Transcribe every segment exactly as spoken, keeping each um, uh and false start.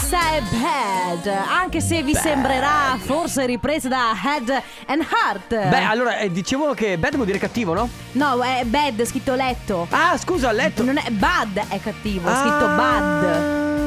Questa è Bad, anche se vi Bad. sembrerà forse ripresa da Head and Heart. Beh, allora, eh, dicevano che Bad vuol dire cattivo, no? No, è Bad, scritto letto. Ah, scusa, letto. Non è Bad, è cattivo, è ah. scritto Bad.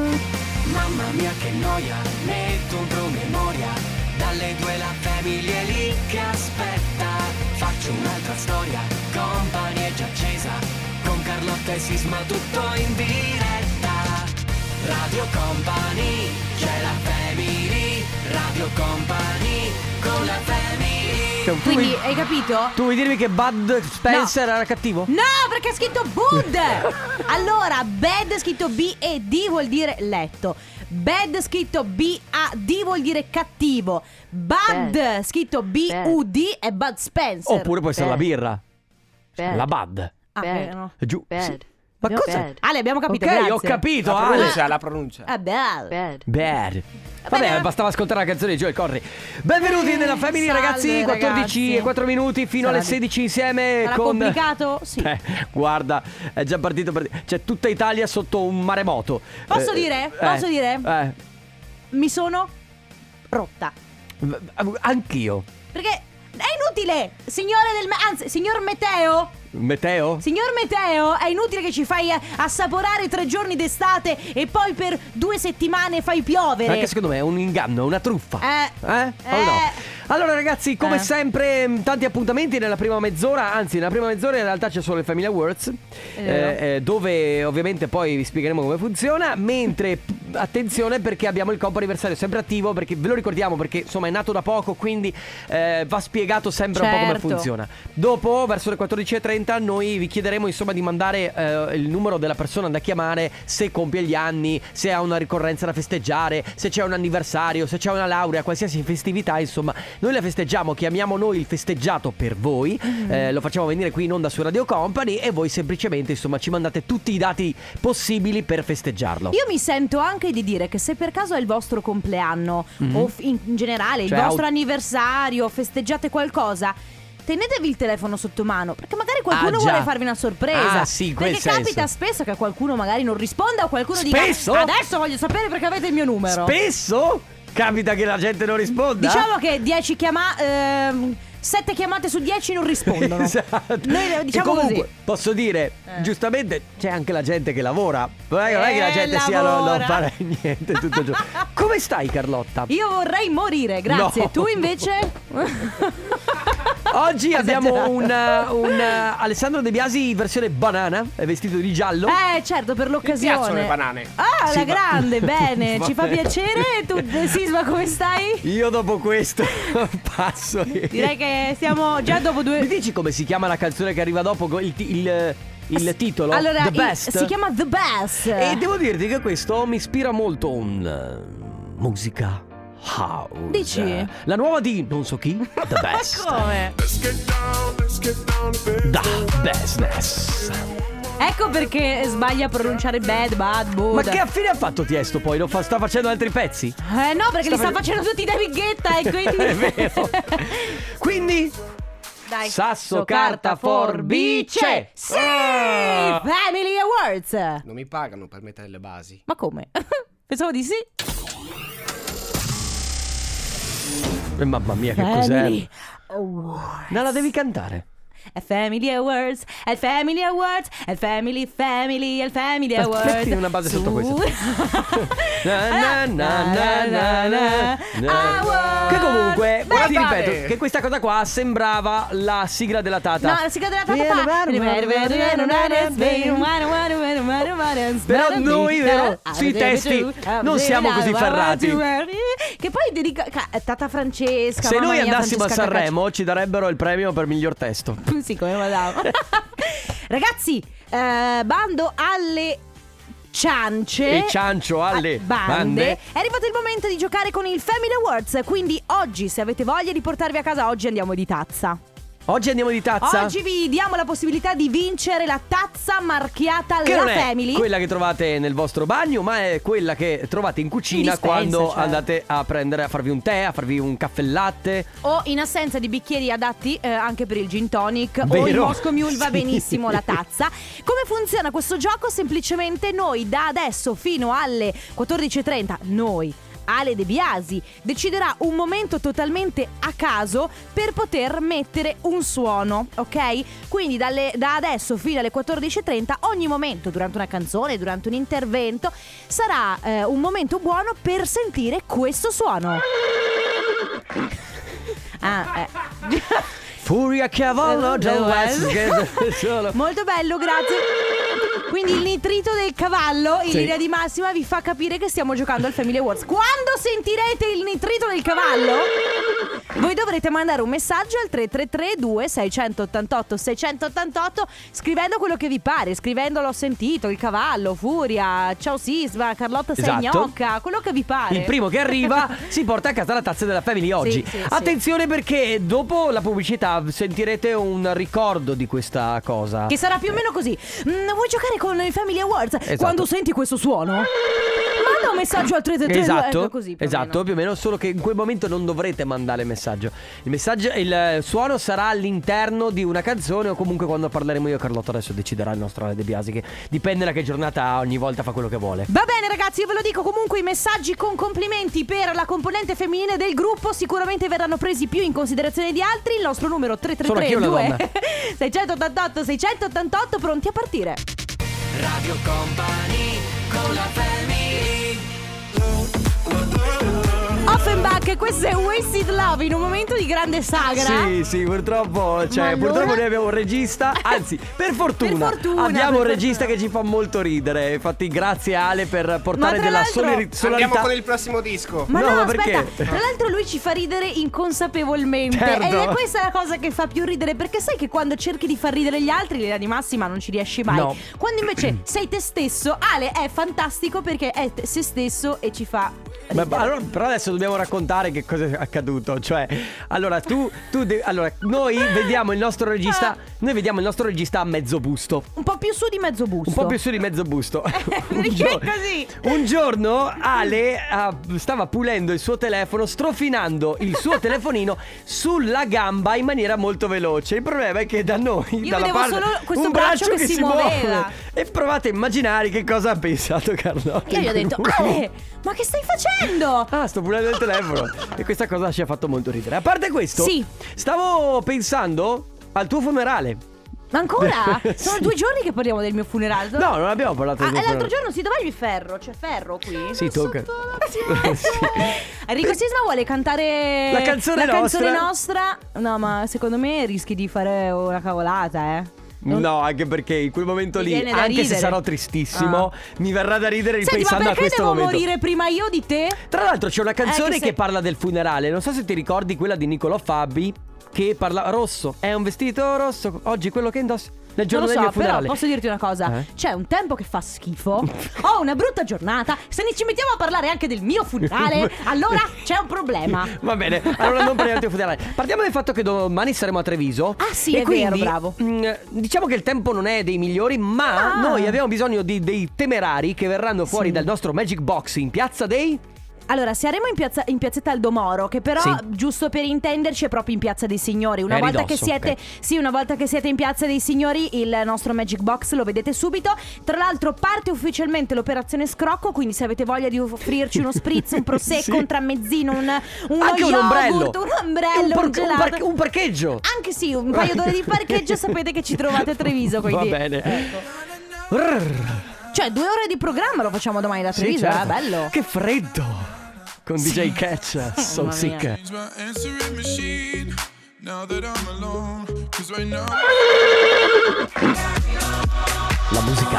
Mamma mia che noia, metto un promemoria. Dalle due la famiglia è lì che aspetta. Faccio un'altra storia, Company è già accesa. Con Carlotta e Sisma tutto in diretta. Radio Company, c'è la family. Radio Company, con la family. Cioè, Quindi vuoi, hai capito? Tu vuoi dirmi che Bud Spencer no. era cattivo? No, perché è scritto Bud. Allora, Bad è scritto B e D vuol dire letto. Bad scritto B A D vuol dire cattivo. Bud Bad. scritto B U D è Bud Spencer. Oppure può essere Bad. la birra. Bad. La Bud. Ah, Bad. no. Giù. Bad. Sì. Ma No, cosa? bad. Ale, abbiamo capito, Ok, grazie. ho capito. La Ale. pronuncia, la pronuncia. Ah, bad. Bad. Bad. Vabbè, bastava ascoltare la canzone di Joel Corry. Benvenuti Eh, nella Family, salve, ragazzi. quattordici ragazzi. e quattro minuti fino Sarà alle sedici insieme. Sarà con... complicato? Sì. Eh, guarda, è già partito per... C'è tutta Italia sotto un maremoto. Posso Eh, dire? eh, Posso dire? Eh, Mi sono rotta. anch'io. Perché è inutile, signore del... me- Anzi, signor Meteo. Meteo? Signor Meteo, è inutile che ci fai assaporare tre giorni d'estate e poi per due settimane fai piovere. Anche secondo me è un inganno, è una truffa. Eh, Eh? O eh. no? Allora ragazzi, come Eh. sempre mh, tanti appuntamenti nella prima mezz'ora. Anzi, nella prima mezz'ora in realtà c'è solo il Family Awards, eh, eh, dove ovviamente poi vi spiegheremo come funziona. Mentre p- attenzione, perché abbiamo il compo anniversario sempre attivo, perché ve lo ricordiamo, perché insomma è nato da poco, quindi eh, va spiegato sempre un po' come Certo. funziona. Dopo, verso le quattordici e trenta, noi vi chiederemo insomma di mandare eh, il numero della persona da chiamare, se compie gli anni, se ha una ricorrenza da festeggiare, se c'è un anniversario, se c'è una laurea, qualsiasi festività, insomma noi la festeggiamo, chiamiamo noi il festeggiato per voi, mm. eh, lo facciamo venire qui in onda su Radio Company e voi semplicemente insomma ci mandate tutti i dati possibili per festeggiarlo. Io mi sento anche di dire che se per caso è il vostro compleanno Mm. o f- in in generale Cioè, il vostro au- anniversario, festeggiate qualcosa, tenetevi il telefono sotto mano, perché magari qualcuno Ah, già. vuole farvi una sorpresa. Ah, sì, in quel perché senso. capita spesso che qualcuno magari non risponda o qualcuno Spesso? dica adesso voglio sapere perché avete il mio numero. Spesso capita che la gente non risponda. Diciamo che dieci chiamate sette chiamate su dieci non rispondono. Esatto. Noi diciamo e comunque così. posso dire, Eh. giustamente c'è anche la gente che lavora. Non è, non è che la Eh, gente sia non, non lavora. fare niente tutto il giorno. Come stai, Carlotta? Io vorrei morire, grazie. No. Tu invece? Oggi abbiamo Esagerato. un, un uh, Alessandro De Biasi versione banana, è vestito di giallo. Eh, certo, per Mi l'occasione. piacciono le banane. Ah, Sì, la ma- grande, bene. Va Ci fa bene. piacere. Tu, Sisma, come stai? Io dopo questo passo. Direi che siamo già dopo Mi due. dici come si chiama la canzone che arriva dopo? Il, ti- il, il titolo? Allora, The il- Best. si chiama The Best. E devo dirti che questo mi ispira molto un uh, musica house. Dici? La nuova di non so chi, The Best. Come? Da Business. Ecco perché sbaglia a pronunciare bad, bad, Ma bad. che affine ha fatto Tiesto poi? Non fa, sta facendo altri pezzi? Eh no, perché li sta fa- facendo tutti David Guetta e quindi È vero. Quindi Dai. sasso, carta, forbice. Sì! Ah. Family Awards. Non mi pagano per mettere le basi. Ma come? Pensavo di sì. Eh, mamma mia, che Family cos'è? Awards. No, la devi cantare. È Family Awards, è il Family Awards, è il Family Family, è il Family Awards. Metti una base sotto Su- Na, na, na, na, na, na, na. Awards. Che comunque, Beh, ti vabbè. ripeto che questa cosa qua sembrava la sigla della Tata. No, la sigla della Tata Però noi, vero, sui testi non siamo così ferrati. Che poi dedica ca- Tata Francesca. Se mamma noi mia, andassimo a Francesca Sanremo ci darebbero il premio per miglior testo. Cacaccia. Sì, come madame. Ragazzi, eh, bando alle ciance E ciancio alle a- bande. bande. È arrivato il momento di giocare con il Family Awards. Quindi oggi, se avete voglia di portarvi a casa, oggi andiamo di tazza. Oggi andiamo di tazza. Oggi vi diamo la possibilità di vincere la tazza marchiata Che La non è Family. quella che trovate nel vostro bagno, ma è quella che trovate in cucina In dispensa, quando cioè. andate a prendere, a farvi un tè, a farvi un caffè latte. O in assenza di bicchieri adatti eh, anche per il gin tonic o Vero? il Moscow Mule va Sì. benissimo la tazza. Come funziona questo gioco? Semplicemente noi da adesso fino alle quattordici e trenta, noi Ale De Biasi deciderà un momento totalmente a caso per poter mettere un suono, ok? Quindi dalle, da adesso fino alle quattordici e trenta ogni momento, durante una canzone, durante un intervento, sarà eh, un momento buono per sentire questo suono. Ah, eh. Furia cavallo, Eh, don't eh. let's solo. Molto bello, grazie. Quindi il nitrito del cavallo in Sì. linea di massima vi fa capire che stiamo giocando al Family Awards. Quando sentirete il nitrito del cavallo, voi dovrete mandare un messaggio al tre tre tre due sei otto otto sei otto otto scrivendo quello che vi pare, scrivendo l'ho sentito, il cavallo, Furia, ciao Sisma, Carlotta sei Esatto. gnocca, quello che vi pare. Il primo che arriva si porta a casa la tazza della Family oggi. Sì, sì, sì. Attenzione perché dopo la pubblicità sentirete un ricordo di questa cosa. Che sarà più o meno così. Mm, vuoi giocare con i Family Awards? Esatto. Quando senti questo suono, manda un messaggio al tre tre tre. Esatto, ecco, così, più o esatto, meno. più o meno, solo che in quel momento non dovrete mandare messaggio. Il messaggio, il suono sarà all'interno di una canzone o comunque quando parleremo io e Carlotta adesso deciderà il nostro Ale De Biasi, che dipende da che giornata, ogni volta fa quello che vuole. Va bene ragazzi, io ve lo dico comunque, i messaggi con complimenti per la componente femminile del gruppo sicuramente verranno presi più in considerazione di altri. Il nostro numero tre tre Sono tre anch'io una donna. due sei otto otto sei otto otto, pronti a partire. Radio Company con la Family. Offenbach, questo è Wasted Love in un momento di grande sagra. Sì, sì, purtroppo, cioè, Ma allora? purtroppo noi abbiamo un regista, anzi, per fortuna, Per fortuna, abbiamo per un regista fortuna. che ci fa molto ridere. Infatti, grazie Ale per portare tra della l'altro- solari- solarità. Andiamo con il prossimo disco. Ma No, no, ma aspetta, perché? tra l'altro lui ci fa ridere inconsapevolmente. Certo. Ed è questa la cosa che fa più ridere, perché sai che quando cerchi di far ridere gli altri, in linea di massima non ci riesci mai. No. Quando invece sei te stesso, Ale è fantastico perché è te- se stesso e ci fa Ma, ridere. allora, però adesso dobbiamo raccontare che cosa è accaduto. Cioè, allora tu, tu de- allora, noi vediamo il nostro regista. Noi vediamo il nostro regista a mezzo busto. Un po' più su di mezzo busto. Un po' più su di mezzo busto. Un Perché gio- così? Un giorno Ale ah, stava pulendo il suo telefono, strofinando il suo telefonino sulla gamba in maniera molto veloce. Il problema è che da noi, Io dalla vedevo parte, solo questo un braccio che si muoveva. muove. E provate a immaginare che cosa ha pensato Carlotta. Io gli ho in detto: quel momento. Ale, ma che stai facendo? Ah, sto pulendo il telefono. E questa cosa ci ha fatto molto ridere. A parte questo, Sì. stavo pensando al tuo funerale. Ma ancora? Sì. Sono due giorni che parliamo del mio funerale. No, non abbiamo parlato Ah, del tuo e l'altro funerale. giorno si dov'è il ferro? C'è ferro qui? Sì, tocca. Sì. Enrico Sisma vuole cantare La canzone la canzone nostra. nostra. No, ma secondo me rischi di fare una cavolata, eh. Non- No, anche perché in quel momento Mi lì, viene da anche se ridere. sarò tristissimo, mi verrà da ridere Senti, ma ripensando a perché questo devo momento. morire prima io di te? Tra l'altro c'è una canzone Eh, che che, se- parla del funerale. Non so se ti ricordi quella di Niccolò Fabi, che parla rosso. È un vestito rosso, oggi quello che indosso nel giorno Non lo del so, mio funerale. però posso dirti una cosa. Eh? C'è un tempo che fa schifo. Ho una brutta giornata. Se ne ci mettiamo a parlare anche del mio funerale, allora c'è un problema. Va bene, allora non parliamo del funerale. Partiamo dal fatto che domani saremo a Treviso. Ah, sì, e è quindi, vero, bravo. mh, diciamo che il tempo non è dei migliori, ma Ah. noi abbiamo bisogno di dei temerari che verranno fuori Sì. dal nostro Magic Box in piazza dei... Allora, saremo in, piazza, in piazzetta Aldomoro, che però, Sì. giusto per intenderci, è proprio in piazza dei Signori. Una È a volta ridosso, che siete ok. Sì, una volta che siete in piazza dei Signori, il nostro Magic Box lo vedete subito. Tra l'altro parte ufficialmente l'operazione Scrocco, quindi se avete voglia di offrirci uno spritz, un prosecco, Sì. un tramezzino, un, uno Anche un yogurt, ombrello. un ombrello, un, un, par- un, gelato. par- un parcheggio. Anche sì, un paio d'ore di parcheggio, sapete che ci trovate a Treviso, quindi. Va bene. Ecco. Rrr. Cioè, due ore di programma lo facciamo domani da Sì, Treviso, certo. è bello. Che freddo. Con D J Catch, so Mamma sick. mia. Change my answering machine now that I'm alone. 'Cause right now La musica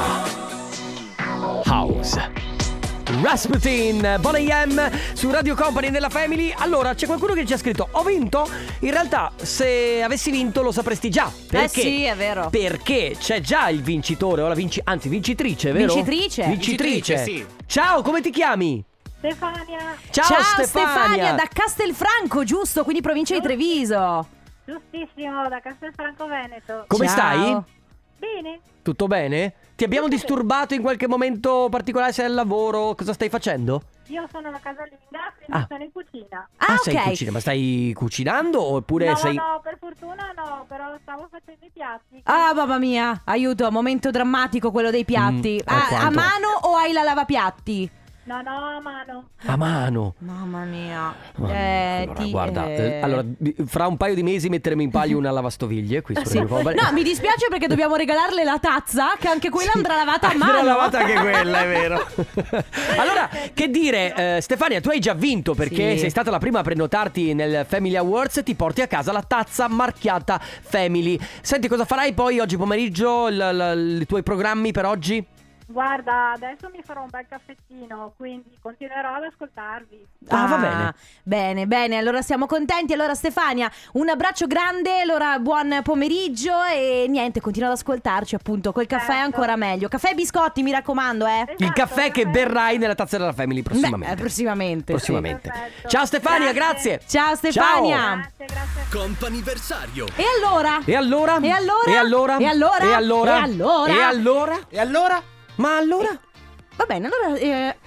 House. Rasputin, Boney M su Radio Company nella Family. Allora, c'è qualcuno che ci ha scritto: ho vinto? In realtà, se avessi vinto lo sapresti già. Perché? Eh sì, è vero. Perché c'è già il vincitore o la vinci- anzi vincitrice, vero? Vincitrice. Vincitrice. Vincitrice, sì. Ciao, come ti chiami? Stefania, Ciao, Ciao Stefania. da Castelfranco, giusto? Quindi provincia di Treviso. Giustissimo, da Castelfranco Veneto. Come Ciao. stai? Bene. Tutto bene? Ti abbiamo disturbato in qualche momento particolare? Sei al lavoro? Cosa stai facendo? Io sono una casalinga, quindi Ah. sono in cucina. Ah, sei in ok. cucina, ma stai cucinando oppure no, sei... no, per fortuna no, però stavo facendo i piatti. Ah, mamma mia, aiuto, momento drammatico quello dei piatti. Mm, eh, Ah, a quanto? mano o hai la lavapiatti? No, no, a mano. A mano. Mamma mia. Mamma mia. Eh, allora, ti- guarda, eh. eh, allora, di- fra un paio di mesi metteremo in palio una lavastoviglie qui su Sì. Radio Company. No, mi dispiace perché dobbiamo regalarle la tazza, che anche quella Sì, andrà lavata a andrà mano. lavata anche quella, è vero. Allora, che dire, eh, Stefania, tu hai già vinto perché Sì. sei stata la prima a prenotarti nel Family Awards e ti porti a casa la tazza marchiata Family. Senti, cosa farai poi oggi pomeriggio, l- l- i tuoi programmi per oggi? Guarda, adesso mi farò un bel caffettino, quindi continuerò ad ascoltarvi. Ah, va bene. Bene, bene, allora siamo contenti. Allora Stefania, un abbraccio grande, allora buon pomeriggio e niente, continua ad ascoltarci appunto, col caffè Certo. ancora meglio. Caffè e biscotti, mi raccomando, eh. Il caffè che berrai nella tazza della Family prossimamente. Beh, eh, prossimamente, Prossimamente. sì. Perfetto. Ciao Stefania, grazie. Grazie. Ciao Stefania. Grazie, grazie. Comp'anniversario. E allora? E allora? E allora? E allora? E allora? E allora? E allora? E allora? E allora? Ma allora? Va bene, allora eh,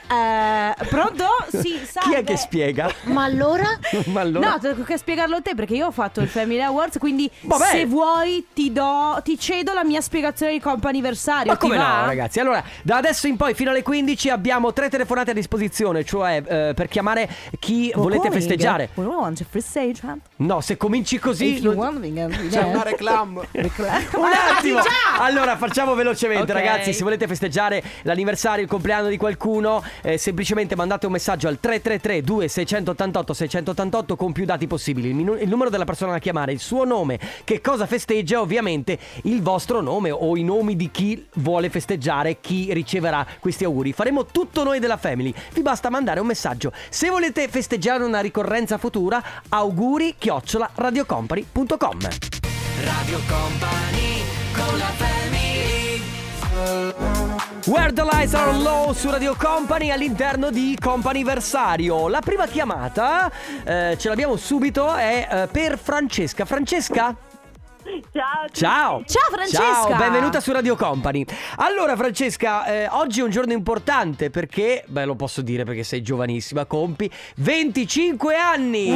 eh, pronto? Sì, salve. Chi è che spiega? Ma allora? Ma allora? No, tocca spiegarlo a te perché io ho fatto il Family Awards, quindi Vabbè. se vuoi ti do ti cedo la mia spiegazione di comp'anniversario. Ma come ti va? no, ragazzi? Allora, da adesso in poi fino alle quindici abbiamo tre telefonate a disposizione, cioè eh, per chiamare chi We're volete calling. festeggiare. We want to festeggiare. No, se cominci così If you non- want, we can do C'è that. una reclam. Un attimo. Allora, facciamo velocemente, Ok. ragazzi. Se volete festeggiare l'anniversario, il compleanno di qualcuno, eh, semplicemente mandate un messaggio al tre tre tre due sei otto otto sei otto otto con più dati possibili. Il, minu- il numero della persona da chiamare, il suo nome, che cosa festeggia e ovviamente il vostro nome o i nomi di chi vuole festeggiare, chi riceverà questi auguri. Faremo tutto noi della Family. Vi basta mandare un messaggio. Se volete festeggiare una ricorrenza futura, auguri chiocciola radiocompany punto com. Radio Company con la family. Where the lights are low su Radio Company all'interno di Comp'anniversario. La prima chiamata eh, ce l'abbiamo subito, è eh, per Francesca. Francesca? Ciao. Ciao. Ciao, Francesca. Ciao, benvenuta su Radio Company. Allora Francesca, eh, oggi è un giorno importante perché, beh, lo posso dire perché sei giovanissima, compi venticinque anni.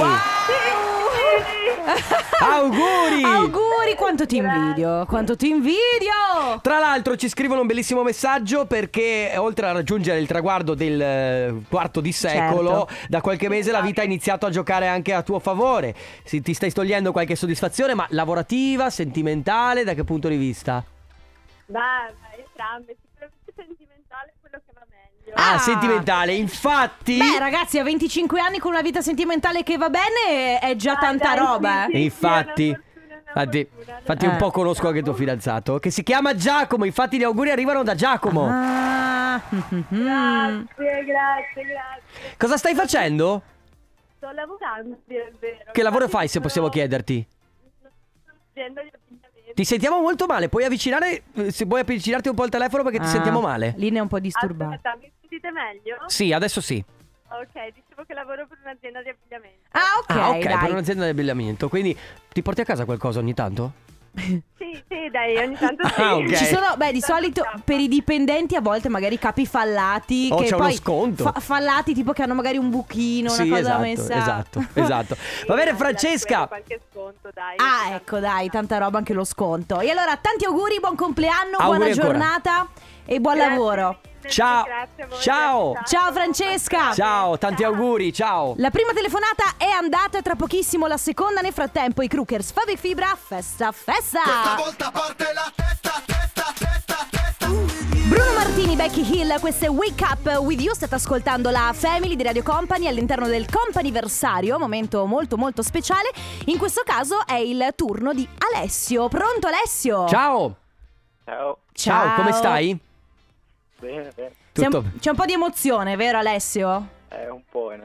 Auguri. Auguri, quanto ti invidio, quanto ti invidio. Tra l'altro ci scrivono un bellissimo messaggio perché oltre a raggiungere il traguardo del eh, quarto di secolo, Certo. da qualche mese la vita ha iniziato a giocare anche a tuo favore. Si, ti stai togliendo qualche soddisfazione, ma lavorativa, sentimentale, da che punto di vista? Beh, beh, entrambe, sicuramente sentimentale è quello che va meglio. Ah, Ah. sentimentale, infatti. Beh, ragazzi, a venticinque anni con una vita sentimentale che va bene è già tanta dai, roba, sì, eh. E infatti, una fortuna, una infatti, fortuna. infatti un Eh. po' conosco anche tuo fidanzato, che si chiama Giacomo. Infatti gli auguri arrivano da Giacomo. Ah, mhm. Grazie, grazie, grazie. Cosa stai facendo? Sto lavorando, a dire il vero. Che lavoro Infatti fai, se possiamo sono- chiederti? sto facendo gli abbigliamenti. Ti sentiamo molto male, puoi avvicinare, eh, se puoi avvicinarti un po' il telefono perché ti Ah, sentiamo male. Linea un po' disturbata. Aspetta, mi sentite meglio? Sì, adesso sì. Ok, dicevo che lavoro per un'azienda di abbigliamento. Ah, ok, Ah, ok, dai. per un'azienda di abbigliamento. Quindi ti porti a casa qualcosa ogni tanto? Sì, sì, dai, ogni tanto sì. Ah, ok. Ci sono, beh, di Tanto solito scappa. per i dipendenti a volte magari capi fallati Oh, che c'è uno poi sconto. fa- fallati tipo che hanno magari un buchino, una Sì, cosa esatto, messa. esatto, esatto. Sì, Va bene dai, Francesca. dai, qualche sconto, dai. Ah, ecco, dai, tanta roba anche lo sconto. E allora, tanti auguri, buon compleanno, Auguri buona ancora. giornata e buon Grazie lavoro. mille, Ciao. grazie a voi, Ciao. grazie Ciao tanto. Francesca. Ciao, tanti auguri, ciao. La prima telefonata è andata, tra pochissimo la seconda. Nel frattempo i Crookers, Fabi Fibra, festa, festa. Volta parte la testa, testa, testa, testa. Bruno Martini, Becky Hill, questo è Wake Up With You. State ascoltando la Family di Radio Company all'interno del comp'anniversario, momento molto molto speciale. In questo caso è il turno di Alessio. Pronto Alessio? Ciao. Ciao, Ciao, come stai? bene, bene. C'è Tutto un, c'è un po' di emozione, vero Alessio? È un po' in effetti.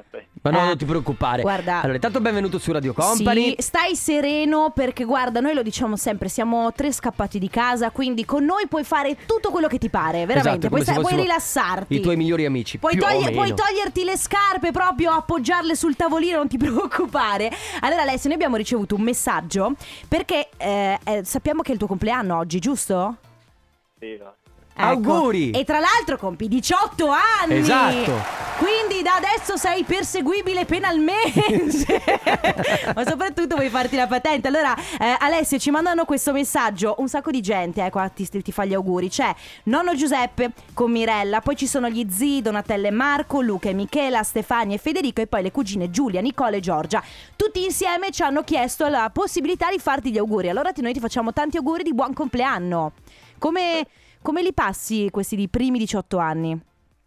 Ma no, Eh. non ti preoccupare. Guarda. Allora, intanto benvenuto su Radio Company. Sì, stai sereno perché guarda, noi lo diciamo sempre, siamo tre scappati di casa, quindi con noi puoi fare tutto quello che ti pare, veramente. Esatto, come puoi, se sta- puoi fossimo rilassarti. i tuoi migliori amici. Puoi, più o toglie- meno. puoi toglierti le scarpe proprio, appoggiarle sul tavolino, non ti preoccupare. Allora Alessio, noi abbiamo ricevuto un messaggio perché eh, eh, sappiamo che è il tuo compleanno oggi, giusto? Sì, no. Ecco. Auguri! E tra l'altro compi diciotto anni. Esatto. Quindi da adesso sei perseguibile penalmente. Ma soprattutto vuoi farti la patente. Allora eh, Alessio, ci mandano questo messaggio un sacco di gente, eh, qua ti, ti fa gli auguri. C'è nonno Giuseppe con Mirella, poi ci sono gli zii Donatella e Marco, Luca e Michela, Stefania e Federico, e poi le cugine Giulia, Nicole e Giorgia. Tutti insieme ci hanno chiesto la possibilità di farti gli auguri. Allora noi ti facciamo tanti auguri di buon compleanno. Come... Come li passi questi di primi diciotto anni?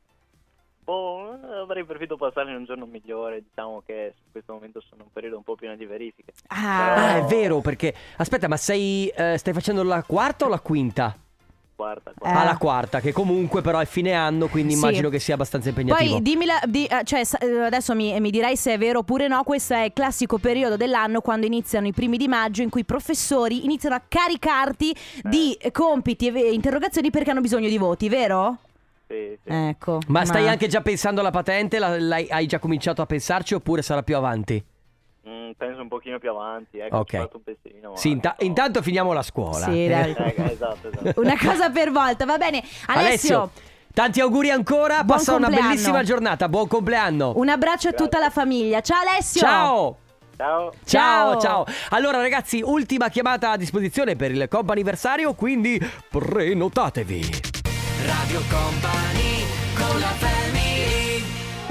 Boh, avrei preferito passare in un giorno migliore. Diciamo che in questo momento sono in un periodo un po' pieno di verifiche. Ah, Ah, è vero, perché aspetta, ma sei eh, stai facendo la quarta o la quinta? Quarta, Eh. quarta. Ah, la quarta, che comunque però è fine anno, quindi Sì. immagino che sia abbastanza impegnativo. Poi dimmi la, di, eh, cioè, sa- eh, adesso mi, mi direi se è vero oppure no. Questo è il classico periodo dell'anno quando iniziano i primi di maggio, in cui i professori iniziano a caricarti di compiti e e interrogazioni perché hanno bisogno di voti, vero? Sì, sì. Ecco. Ma stai anche già pensando alla patente? La- l'hai- hai già cominciato a pensarci oppure sarà più avanti? Mm, penso un pochino più avanti, ecco, Ok. ci ho fatto un pensierino. Sì, inta- no. intanto finiamo la scuola. Sì, dai. Eh, esatto, esatto. Una cosa per volta, va bene. Alessio, tanti auguri ancora, buon passa una compleanno. bellissima giornata, buon compleanno. un abbraccio a tutta la famiglia. Ciao Alessio. Ciao! Ciao. Ciao, Ciao. ciao. Allora ragazzi, ultima chiamata a disposizione per il comp'anniversario, quindi prenotatevi. Radio Company con la family.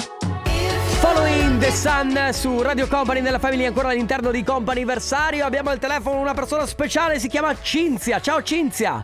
Following the Sun su Radio Company nella Family, ancora all'interno di comp'anniversario. Abbiamo al telefono una persona speciale, si chiama Cinzia. Ciao Cinzia.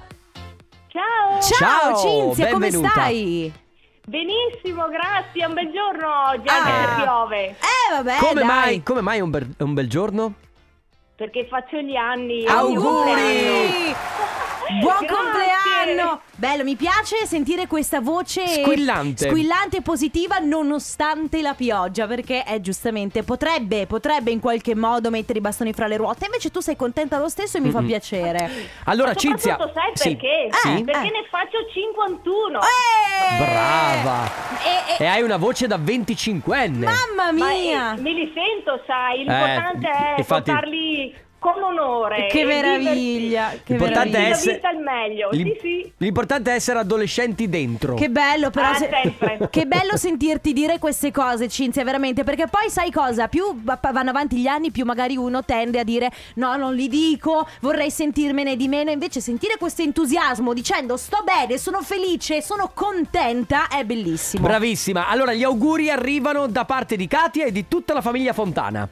Ciao, Ciao, Ciao, Cinzia, come benvenuta. stai? benissimo, grazie, è un bel giorno oggi, Ah. anche se piove, Eh vabbè, Come dai. mai, come mai è un, bel- è un bel giorno? perché faccio gli anni. è il mio Auguri! compleanno. Buon Grazie. compleanno! Bello, mi piace sentire questa voce Squillante. squillante e positiva nonostante la pioggia, perché è giustamente potrebbe, potrebbe in qualche modo mettere i bastoni fra le ruote. Invece tu sei contenta lo stesso e mi fa Mm-mm. piacere. Allora Ma Cinzia, soprattutto sai sì, perché? sì. Perché Eh. ne faccio cinquantuno. Eh! Brava. E, e- E hai una voce da venticinquenne. mamma Ma mia! eh, me li sento, sai, l'importante è infatti- portarli con onore. Che e meraviglia, viversi- che L'importante viversi è la essere- vita al meglio, L'im- sì sì. L'importante è essere adolescenti dentro. Che bello però Ah, se- sempre. Che bello sentirti dire queste cose, Cinzia, veramente. Perché poi sai cosa? Più va- vanno avanti gli anni, più magari uno tende a dire no, non li dico, vorrei sentirmene di meno. Invece sentire questo entusiasmo dicendo sto bene, sono felice, sono contenta, è bellissimo. Bravissima. Allora gli auguri arrivano da parte di Katia e di tutta la famiglia Fontana.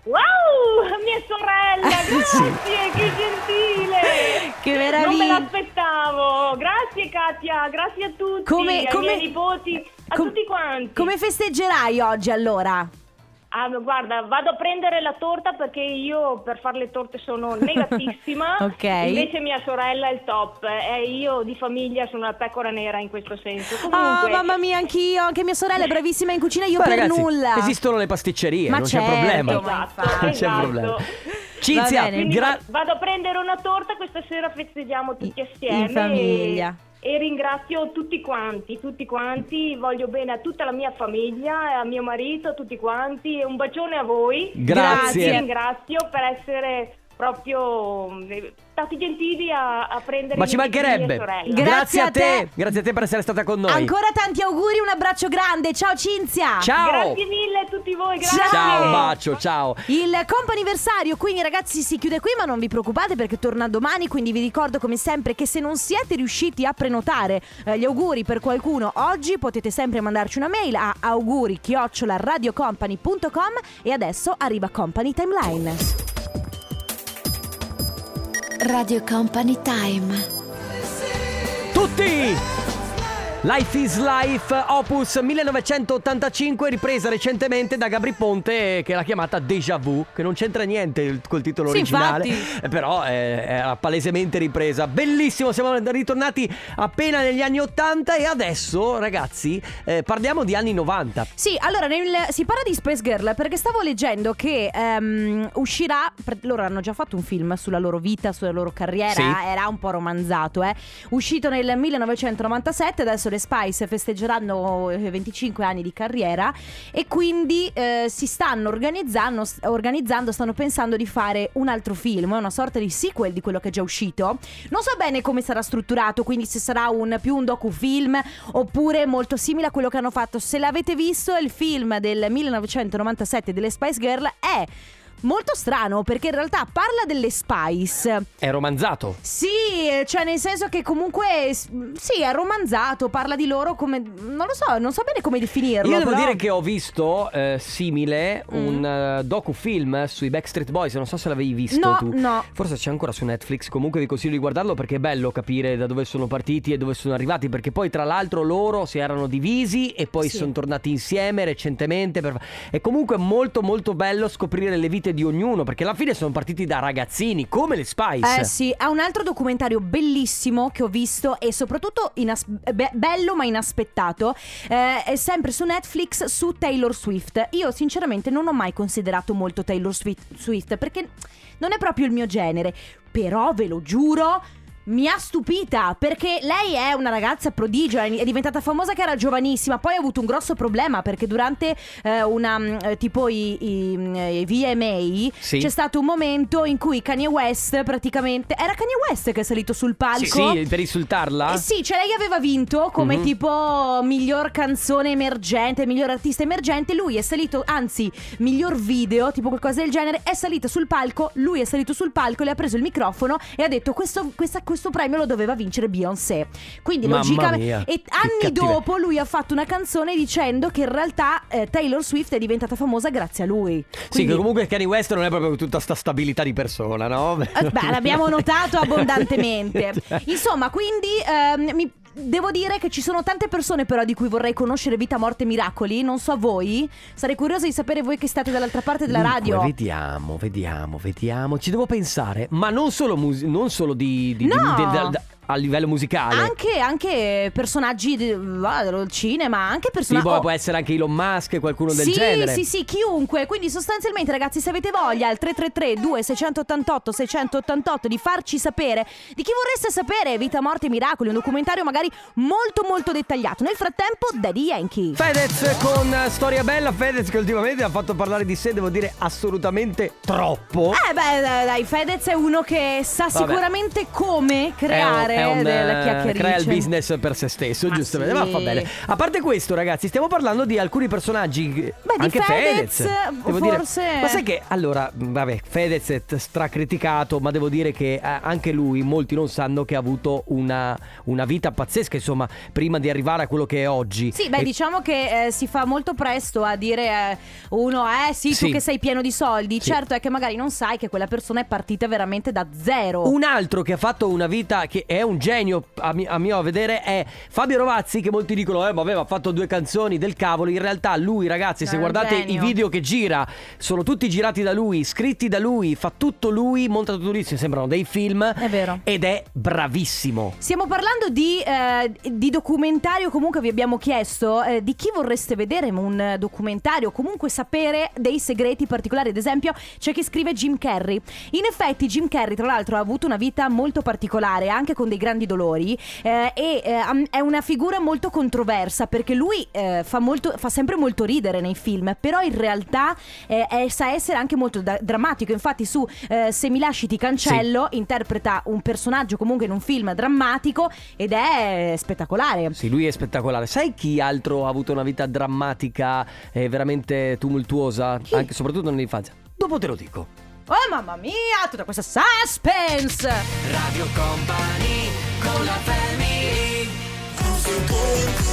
Wow, mia sorella, grazie, che gentile. Che Non me meraviglia. l'aspettavo. Grazie Katia, grazie a tutti, Come- ai come- miei nipoti, a com- tutti quanti. Come festeggerai oggi allora? Ah, guarda, vado a prendere la torta perché io per fare le torte sono negatissima. Ok. Invece mia sorella è il top. E io di famiglia sono la pecora nera in questo senso. Oh Comunque, mamma mia, anch'io, anche mia sorella è bravissima in cucina, io Beh, per ragazzi, nulla. esistono le pasticcerie, Ma non certo, c'è problema. ma Esatto, infatti. Non c'è esatto. problema. Cinzia, Va bene. Quindi gra- vado a prendere una torta, questa sera festeggiamo tutti In- assieme. in famiglia. E, e ringrazio tutti quanti, tutti quanti, voglio bene a tutta la mia famiglia, a mio marito, a tutti quanti. E un bacione a voi. Grazie. Vi ringrazio per essere proprio eh, stati gentili a, a prendere Ma i ci inviti di mancherebbe. mia sorella. Grazie Grazie a a te. te. Grazie a te per essere stata con noi. Ancora tanti auguri, un abbraccio grande. Ciao Cinzia. Ciao. Grazie mille a tutti voi, grazie. Ciao, un bacio, ciao. Il comp'anniversario, quindi ragazzi, si chiude qui, ma non vi preoccupate perché torna domani. Quindi vi ricordo come sempre che se non siete riusciti a prenotare eh, gli auguri per qualcuno oggi, potete sempre mandarci una mail a auguri chiocciola radiocompany punto com. E adesso arriva Company Timeline. Radio Company Time. Tutti Life is Life, opus millenovecentottantacinque, ripresa recentemente da Gabry Ponte, che l'ha chiamata Déjà Vu, che non c'entra niente col titolo sì, originale, infatti. però è, è palesemente ripresa. Bellissimo, siamo ritornati appena negli anni ottanta e adesso, ragazzi, eh, parliamo di anni novanta. Sì, allora nel, si parla di Spice Girl perché stavo leggendo che um, uscirà, loro hanno già fatto un film sulla loro vita, sulla loro carriera, sì. Era un po' romanzato, eh. Uscito nel millenovecentonovantasette, adesso le Spice festeggeranno venticinque anni di carriera e quindi eh, si stanno organizzando, organizzando, stanno pensando di fare un altro film, una sorta di sequel di quello che è già uscito. Non so bene come sarà strutturato, quindi se sarà un, più un docufilm oppure molto simile a quello che hanno fatto. Se l'avete visto, il film del millenovecentonovantasette delle Spice Girl è molto strano perché in realtà parla delle Spice. È romanzato. Sì, cioè nel senso che comunque sì, è romanzato, parla di loro come, non lo so, non so bene come definirlo. Io devo però... dire che ho visto eh, simile Mm. un uh, docufilm sui Backstreet Boys, non so se l'avevi visto No, tu. no. Forse c'è ancora su Netflix, comunque vi consiglio di guardarlo perché è bello capire da dove sono partiti e dove sono arrivati, perché poi tra l'altro loro si erano divisi e poi Sì. sono tornati insieme recentemente per... È comunque molto molto bello scoprire le vite di ognuno, perché alla fine sono partiti da ragazzini come le Spice. Eh sì, è un altro documentario bellissimo che ho visto e soprattutto inas- be- bello ma inaspettato, eh, è sempre su Netflix, su Taylor Swift. Io sinceramente non ho mai considerato molto Taylor Swift, Swift perché non è proprio il mio genere, però ve lo giuro mi ha stupita perché lei è una ragazza prodigio, è diventata famosa che era giovanissima, poi ha avuto un grosso problema perché durante eh, una eh, tipo i, i, i V M A Sì. c'è stato un momento in cui Kanye West praticamente era Kanye West che è salito sul palco. Sì, sì, per insultarla. Eh sì, cioè lei aveva vinto come Mhm. tipo miglior canzone emergente, miglior artista emergente. Lui è salito, anzi miglior video, tipo qualcosa del genere. È salito sul palco, lui è salito sul palco, le ha preso il microfono e ha detto questo, questa, questo premio lo doveva vincere Beyoncé. Quindi Mamma logicamente mia, e che anni cattive- dopo lui ha fatto una canzone dicendo che in realtà eh, Taylor Swift è diventata famosa grazie a lui. Sì, Quindi, che comunque Kanye West non è proprio tutta sta stabilità di persona, no? Eh, beh, l'abbiamo notato abbondantemente. Insomma, quindi ehm, mi, devo dire che ci sono tante persone però di cui vorrei conoscere vita, morte, miracoli. Non so voi. Sarei curiosa di sapere voi che state dall'altra parte della Dunque, radio. Vediamo, vediamo, vediamo. Ci devo pensare. Ma non solo, mus- non solo di, di, No. di- di- da- da- a livello musicale. Anche, anche personaggi di- va, dello cinema, anche Sì, personaggi. poi può essere anche Elon Musk, qualcuno del sì, genere. sì, sì, chiunque. Quindi sostanzialmente, ragazzi, se avete voglia al tre tre tre due sei otto otto sei otto otto di farci sapere di chi vorreste sapere, vita, morte, miracoli, un documentario magari molto molto dettagliato. Nel frattempo, Daddy Yankee. Fedez con Storia Bella. Fedez che ultimamente ha fatto parlare di sé, devo dire assolutamente troppo. Eh beh, dai, Fedez è uno che sa Vabbè. sicuramente come creare È un- è un, della eh, chiacchiericcia. crea il business per se stesso, Ma giustamente. sì. Ma va bene. A parte questo, ragazzi, stiamo parlando di alcuni personaggi. Beh, di anche Fedez, devo dire- forse- ma sai che allora, vabbè, Fedez è t- stracriticato, ma devo dire che eh, anche lui, molti non sanno che ha avuto una, una vita pazzesca, insomma, prima di arrivare a quello che è oggi. Sì, beh, E- diciamo che eh, si fa molto presto a dire eh, uno, eh sì, tu Sì. che sei pieno di soldi. Sì. Certo è che magari non sai che quella persona è partita veramente da zero. Un altro che ha fatto una vita, che è un genio a, mi- a mio vedere, è Fabio Rovazzi, che molti dicono eh ma aveva fatto due canzoni del cavolo. In realtà lui, ragazzi, se È un guardate genio. i video che gira, sono tutti girati da lui, scritti da lui, fa tutto lui, monta tutto lui, sembrano dei film. È vero. Ed è bravissimo. Stiamo parlando di, eh, di documentario. Comunque vi abbiamo chiesto eh, di chi vorreste vedere un eh, documentario, comunque sapere dei segreti particolari. Ad esempio c'è chi scrive Jim Carrey. In effetti Jim Carrey tra l'altro ha avuto una vita molto particolare, anche con dei grandi dolori, eh, e eh, am- è una figura molto controversa perché lui eh, fa, molto, fa sempre molto ridere nei film, però in realtà eh, è- sa essere anche molto da- drammatico. Infatti su eh, Se mi lasci ti cancello interpreta un personaggio comunque in un film drammatico ed è spettacolare. Sì, lui è spettacolare. Sai chi altro ha avuto una vita drammatica e veramente tumultuosa? Chi? Anche soprattutto nell'infanzia. Dopo te lo dico. Oh mamma mia, tutta questa suspense. Radio Company con la family.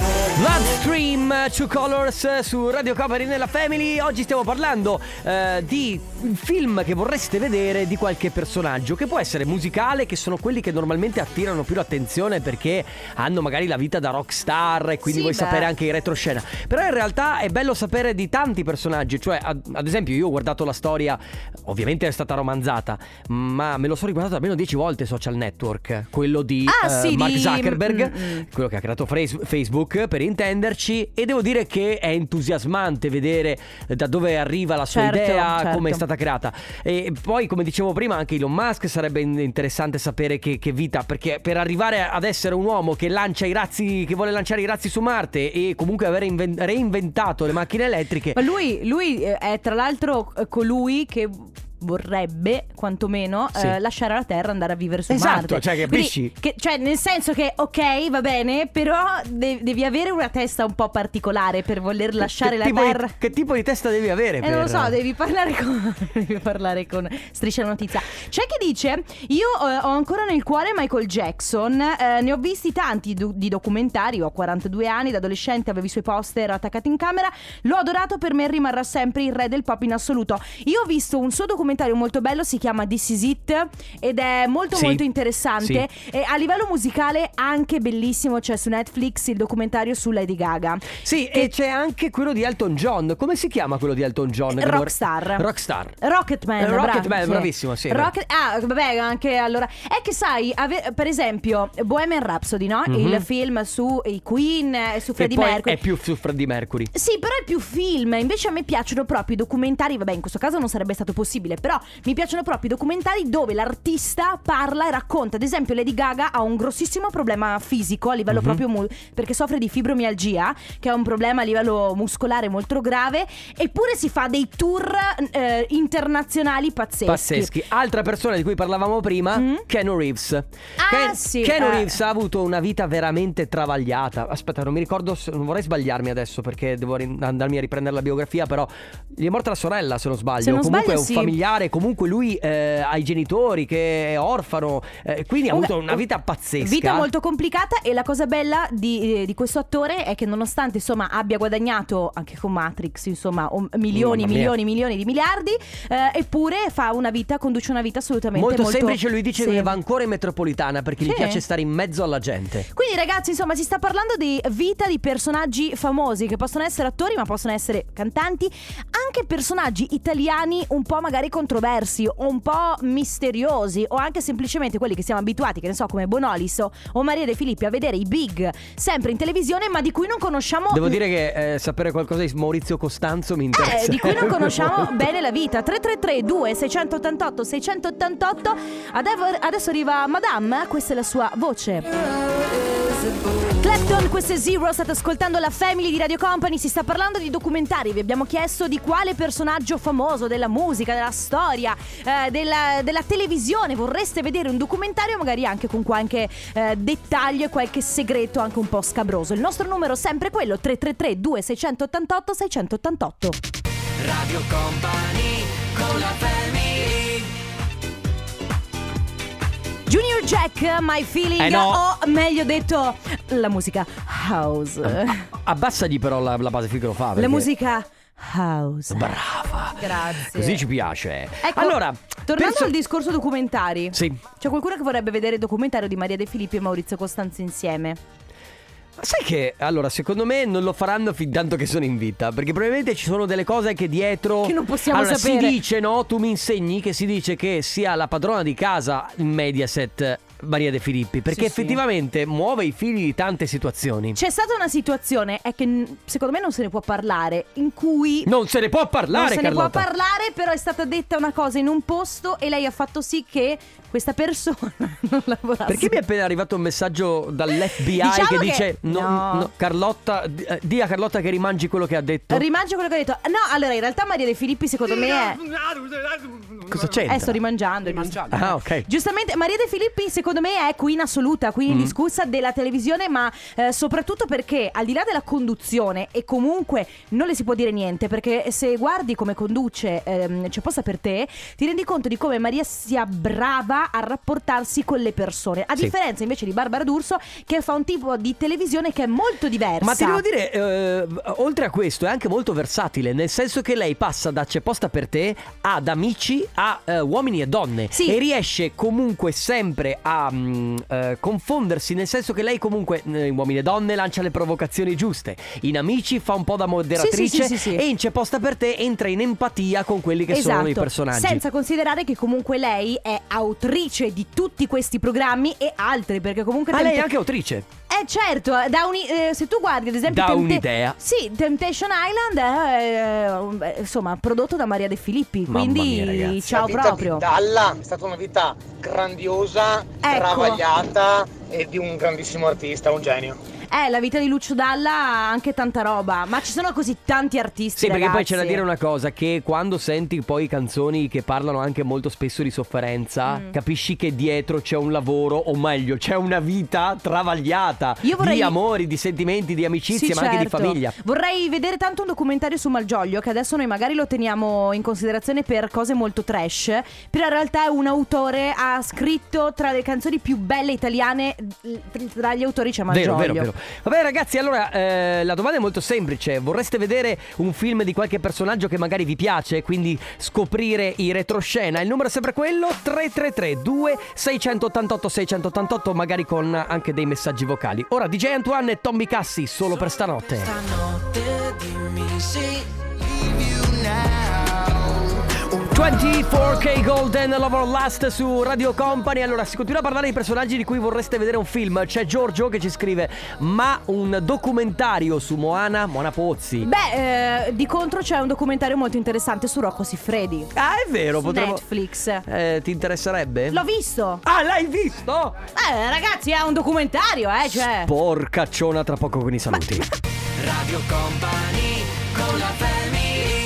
Bloodstream, Two Colors su Radio Company nella Family. Oggi stiamo parlando eh, di un film che vorreste vedere di qualche personaggio, che può essere musicale, che sono quelli che normalmente attirano più l'attenzione perché hanno magari la vita da rockstar e quindi Sì, vuoi beh. sapere anche in retroscena. Però in realtà è bello sapere di tanti personaggi. Cioè ad, ad esempio io ho guardato la storia, ovviamente è stata romanzata, ma me lo sono riguardato almeno dieci volte Social Network, quello di Ah, eh, sì, Mark di- Zuckerberg, mm, mm. quello che ha creato Fres- Facebook, per intenderci. E devo dire che è entusiasmante vedere da dove arriva la sua Certo, idea, certo. come è stata creata. E poi, come dicevo prima, anche Elon Musk sarebbe in- interessante sapere che, che vita, perché per arrivare ad essere un uomo che lancia i razzi, che vuole lanciare i razzi su Marte e comunque avere inven- reinventato le macchine elettriche. Ma lui, lui eh, è tra l'altro eh, colui che vorrebbe quantomeno Sì. eh, lasciare la Terra e andare a vivere su Esatto, Marte. cioè, capisci? Quindi, che, cioè nel senso che ok, va bene, però de- devi avere una testa un po' particolare per voler lasciare che la tipo Terra. Di, che tipo di testa devi avere? Eh, per... non lo so, devi parlare con devi parlare con Striscia la Notizia. C'è chi dice: io eh, ho ancora nel cuore Michael Jackson, eh, ne ho visti tanti do- di documentari, ho quarantadue anni, da adolescente avevo i suoi poster attaccati in camera, l'ho adorato, per me rimarrà sempre il re del pop in assoluto. Io ho visto un suo documentario molto bello, si chiama This Is It ed è molto Sì, molto interessante, e a livello musicale anche bellissimo. C'è su Netflix il documentario su Lady Gaga. Sì, e c'è anche quello di Elton John. Come si chiama quello di Elton John? Che Rockstar. Rockstar. Rocketman, Eh, Rocketman, bravo, sì. bravissimo, sì, Rocket- ah, vabbè, anche allora. È che sai, ave- per esempio, Bohemian Rhapsody, no? Mhm. Il film su i Queen e su E Freddie poi Mercury. è più su Freddie Mercury. Sì, però è più film. Invece a me piacciono proprio i documentari. Vabbè, in questo caso non sarebbe stato possibile, però mi piacciono proprio i documentari dove l'artista parla e racconta. Ad esempio Lady Gaga ha un grossissimo problema fisico a livello Mhm. proprio mu- perché soffre di fibromialgia, che è un problema a livello muscolare molto grave. Eppure si fa dei tour eh, internazionali pazzeschi. Pazzeschi. Altra persona di cui parlavamo prima, Mm? Keanu Reeves. Ah, sì, Keanu eh. Reeves ha avuto una vita veramente travagliata. Aspetta, non mi ricordo, se- non vorrei sbagliarmi adesso perché devo ri- andarmi a riprendere la biografia, però gli è morta la sorella, se non sbaglio. Se non comunque sbaglio, è un sì. familiare, comunque lui eh, ha i genitori che è orfano, eh, quindi ha Una- avuto una vita pazzesca. Vita molto complicata, e la cosa bella di, eh, di questo attore è che nonostante insomma abbia guadagnato anche con Matrix insomma o- milioni, Mamma mia. milioni, milioni di miliardi, eh, eppure fa una vita, conduce una vita assolutamente molto, molto, semplice. Lui dice sì. che va ancora in metropolitana perché gli Sì. piace stare in mezzo alla gente. Quindi ragazzi, insomma, si sta parlando di vita di personaggi famosi, che possono essere attori ma possono essere cantanti, anche personaggi italiani un po' magari controversi o un po' misteriosi, o anche semplicemente quelli che siamo abituati, che ne so, come Bonolis o, o Maria De Filippi, a vedere i big sempre in televisione, ma di cui non conosciamo Devo dire che eh, sapere qualcosa di Maurizio Costanzo mi interessa. Eh, di cui non conosciamo bene la vita. Tre tre tre due sei otto otto sei otto otto. Adev- Adesso arriva Madame, questa è la sua voce. Clapton, questo è Zero, state ascoltando la Family di Radio Company. Si sta parlando di documentari. Vi abbiamo chiesto di quale personaggio famoso della musica, della storia, eh, della, della televisione vorreste vedere un documentario, magari anche con qualche eh, dettaglio e qualche segreto anche un po' scabroso. Il nostro numero è sempre quello: tre tre tre due sei otto otto sei otto otto. Radio Company con la family. Junior Jack, My Feeling, Eh no. o meglio detto la musica house. Abbassagli però la, la base finché lo fa. La perché- musica house. Brava. Grazie. Così ci piace. Ecco, Allora, tornando penso- al discorso documentari. Sì. C'è qualcuno che vorrebbe vedere il documentario di Maria De Filippi e Maurizio Costanzo insieme? Ma sai che, allora, secondo me non lo faranno fin tanto che sono in vita, perché probabilmente ci sono delle cose che dietro Che non possiamo allora, sapere. si dice, no? Tu mi insegni che si dice che sia la padrona di casa in Mediaset Maria De Filippi, perché Sì, sì. effettivamente muove i fili di tante situazioni. C'è stata una situazione, è che n- secondo me non se ne può parlare, in cui Non se ne può parlare, non se ne Carlotta. può parlare, però è stata detta una cosa in un posto e lei ha fatto sì che questa persona non lavorasse. Perché mi è appena arrivato un messaggio dall'F B I Diciamo che che- dice no, no. no, Carlotta, di, eh, di a Carlotta che rimangi quello che ha detto. Rimangio quello che ha detto. No, allora in realtà Maria De Filippi secondo me è... Cosa c'entra? Eh, sto rimangiando. Rimangiando. Ah, ok. Giustamente Maria De Filippi secondo me è queen assoluta, queen Mm. indiscussa della televisione, ma eh, soprattutto perché al di là della conduzione, e comunque non le si può dire niente, perché se guardi come conduce ehm, C'è posta per te, ti rendi conto di come Maria sia brava capacità a rapportarsi con le persone. A Sì. differenza invece di Barbara D'Urso, che fa un tipo di televisione che è molto diversa. Ma ti devo dire, eh, oltre a questo è anche molto versatile, nel senso che lei passa da C'è posta per te ad Amici a eh, Uomini e Donne. Sì. E riesce comunque sempre a mh, eh, confondersi, nel senso che lei comunque eh, in Uomini e Donne lancia le provocazioni giuste, in Amici fa un po' da moderatrice, Sì, sì, sì, sì, sì. e in C'è posta per te entra in empatia con quelli che Esatto. sono i personaggi. Senza considerare che comunque lei è autrice di tutti questi programmi e altri, perché comunque Ma lei Tempt- è anche autrice. Eh certo, da uni- eh, se tu guardi ad esempio Da Tempta- un'idea. Sì, Temptation Island è eh, insomma prodotto da Maria De Filippi. Mamma Quindi mia, ragazzi. ciao proprio. Dalla è stata una vita grandiosa, Ecco. travagliata e di un grandissimo artista, un genio. Eh, la vita di Lucio Dalla ha anche tanta roba. Ma ci sono così tanti artisti. Sì, perché poi ragazzi. c'è da dire una cosa, che quando senti poi canzoni che parlano anche molto spesso di sofferenza, Mm. capisci che dietro c'è un lavoro, o meglio, c'è una vita travagliata. Io vorrei- Di amori, di sentimenti, di amicizia, Sì, ma anche di certo. famiglia. Vorrei vedere tanto un documentario su Malgioglio, che adesso noi magari lo teniamo in considerazione per cose molto trash, però in realtà è un autore, ha scritto tra le canzoni più belle italiane, tra gli autori c'è Malgioglio. Vero, vero, vero. Vabbè ragazzi, allora eh, la domanda è molto semplice. Vorreste vedere un film di qualche personaggio che magari vi piace? Quindi scoprire i retroscena. Il numero è sempre quello: tre tre tre due sei otto otto sei otto otto, magari con anche dei messaggi vocali. Ora D J Antoine e Tommy Cassi, solo per stanotte. ventiquattro K Golden Love or Last su Radio Company. Allora si continua a parlare di personaggi di cui vorreste vedere un film. C'è Giorgio che ci scrive: ma un documentario su Moana? Moana Pozzi. Beh, eh, di contro c'è un documentario molto interessante su Rocco Siffredi. Ah, è vero, Su potremmo... Netflix. Eh, ti interesserebbe? L'ho visto. Ah, l'hai visto? Eh, ragazzi, è un documentario, eh, cioè. Porcacciona, tra poco con i saluti. Radio Company con la family.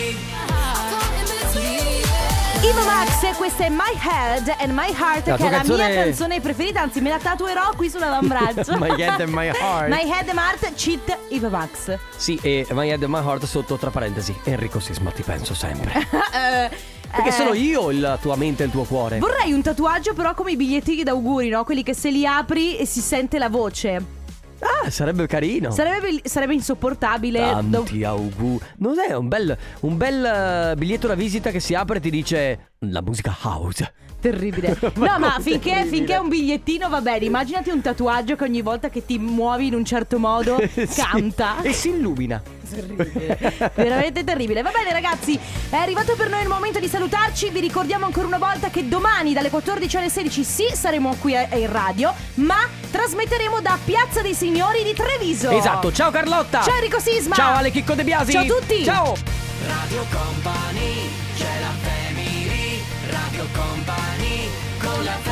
Ivo Max, questa è My Head and My Heart, La che tua è la canzone- mia canzone preferita, anzi me la tatuerò qui sull'avambraccio. My Head and My Heart. My Head and My Heart, cheat Ivo Max. Sì, e My Head and My Heart sotto, tra parentesi, Enrico Sisma, ti penso sempre. Eh, Perché eh, sono io la tua mente e il tuo cuore. Vorrei un tatuaggio però come i bigliettini d'auguri, no? Quelli che se li apri e si sente la voce. Ah, sarebbe carino. Sarebbe, belli- sarebbe insopportabile. Tanti auguri. Non è un bel, un bel eh, biglietto da visita che si apre e ti dice la musica house. Terribile. Ma No, ma cos'è finché, terribile? finché è un bigliettino va bene. Immaginati un tatuaggio che ogni volta che ti muovi in un certo modo Sì. canta. E si illumina. Terribile. Veramente terribile. Va bene ragazzi, è arrivato per noi il momento di salutarci. Vi ricordiamo ancora una volta che domani dalle quattordici alle sedici sì, saremo qui a- in radio, ma trasmetteremo da Piazza dei Signori di Treviso. Esatto, ciao Carlotta. Ciao Enrico Sisma. Ciao Ale Chicco De Biasi. Ciao a tutti. Ciao. Radio Company, c'è la family. Radio Company con la family.